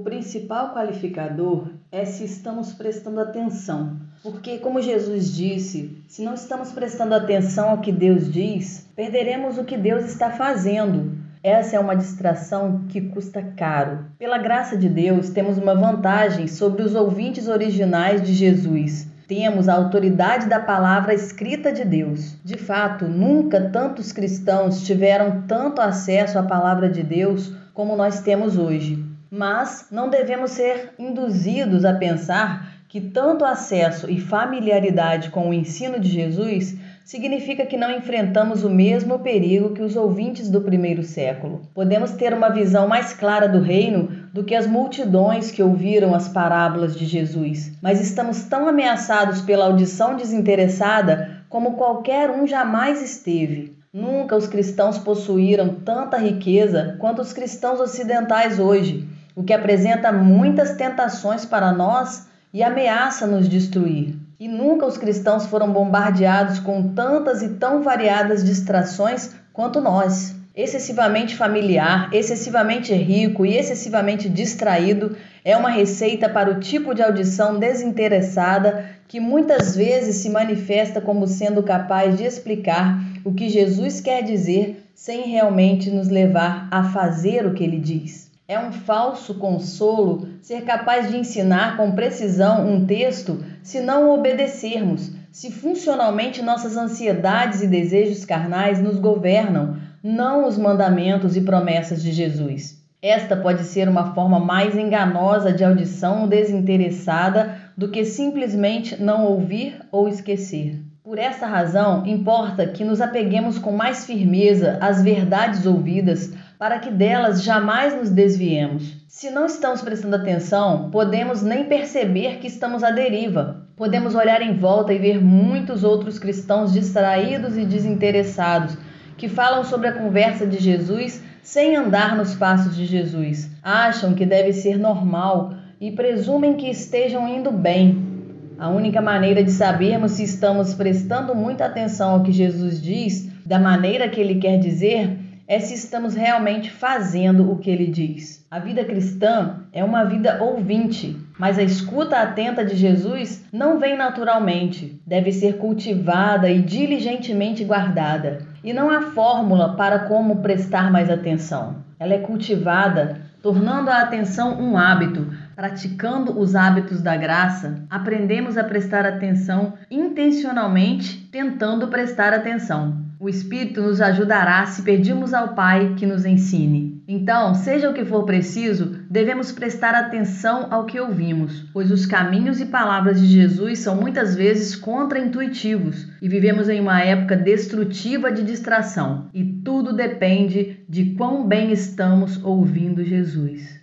principal qualificador é se estamos prestando atenção. Porque, como Jesus disse, se não estamos prestando atenção ao que Deus diz, perderemos o que Deus está fazendo. Essa é uma distração que custa caro. Pela graça de Deus, temos uma vantagem sobre os ouvintes originais de Jesus. Temos a autoridade da palavra escrita de Deus. De fato, nunca tantos cristãos tiveram tanto acesso à palavra de Deus como nós temos hoje. Mas não devemos ser induzidos a pensar que tanto acesso e familiaridade com o ensino de Jesus significa que não enfrentamos o mesmo perigo que os ouvintes do primeiro século. Podemos ter uma visão mais clara do reino do que as multidões que ouviram as parábolas de Jesus, mas estamos tão ameaçados pela audição desinteressada como qualquer um jamais esteve. Nunca os cristãos possuíram tanta riqueza quanto os cristãos ocidentais hoje, o que apresenta muitas tentações para nós e ameaça nos destruir. E nunca os cristãos foram bombardeados com tantas e tão variadas distrações quanto nós. Excessivamente familiar, excessivamente rico e excessivamente distraído é uma receita para o tipo de audição desinteressada que muitas vezes se manifesta como sendo capaz de explicar o que Jesus quer dizer sem realmente nos levar a fazer o que ele diz. É um falso consolo ser capaz de ensinar com precisão um texto se não o obedecermos, se funcionalmente nossas ansiedades e desejos carnais nos governam, não os mandamentos e promessas de Jesus. Esta pode ser uma forma mais enganosa de audição desinteressada do que simplesmente não ouvir ou esquecer. Por essa razão, importa que nos apeguemos com mais firmeza às verdades ouvidas para que delas jamais nos desviemos. Se não estamos prestando atenção, podemos nem perceber que estamos à deriva. Podemos olhar em volta e ver muitos outros cristãos distraídos e desinteressados que falam sobre a conversa de Jesus sem andar nos passos de Jesus. Acham que deve ser normal e presumem que estejam indo bem. A única maneira de sabermos se estamos prestando muita atenção ao que Jesus diz, da maneira que ele quer dizer, é se estamos realmente fazendo o que ele diz. A vida cristã é uma vida ouvinte, mas a escuta atenta de Jesus não vem naturalmente. Deve ser cultivada e diligentemente guardada. E não há fórmula para como prestar mais atenção. Ela é cultivada, tornando a atenção um hábito. Praticando os hábitos da graça, aprendemos a prestar atenção intencionalmente, tentando prestar atenção. O Espírito nos ajudará se pedirmos ao Pai que nos ensine. Então, seja o que for preciso, devemos prestar atenção ao que ouvimos, pois os caminhos e palavras de Jesus são muitas vezes contraintuitivos e vivemos em uma época destrutiva de distração. E tudo depende de quão bem estamos ouvindo Jesus.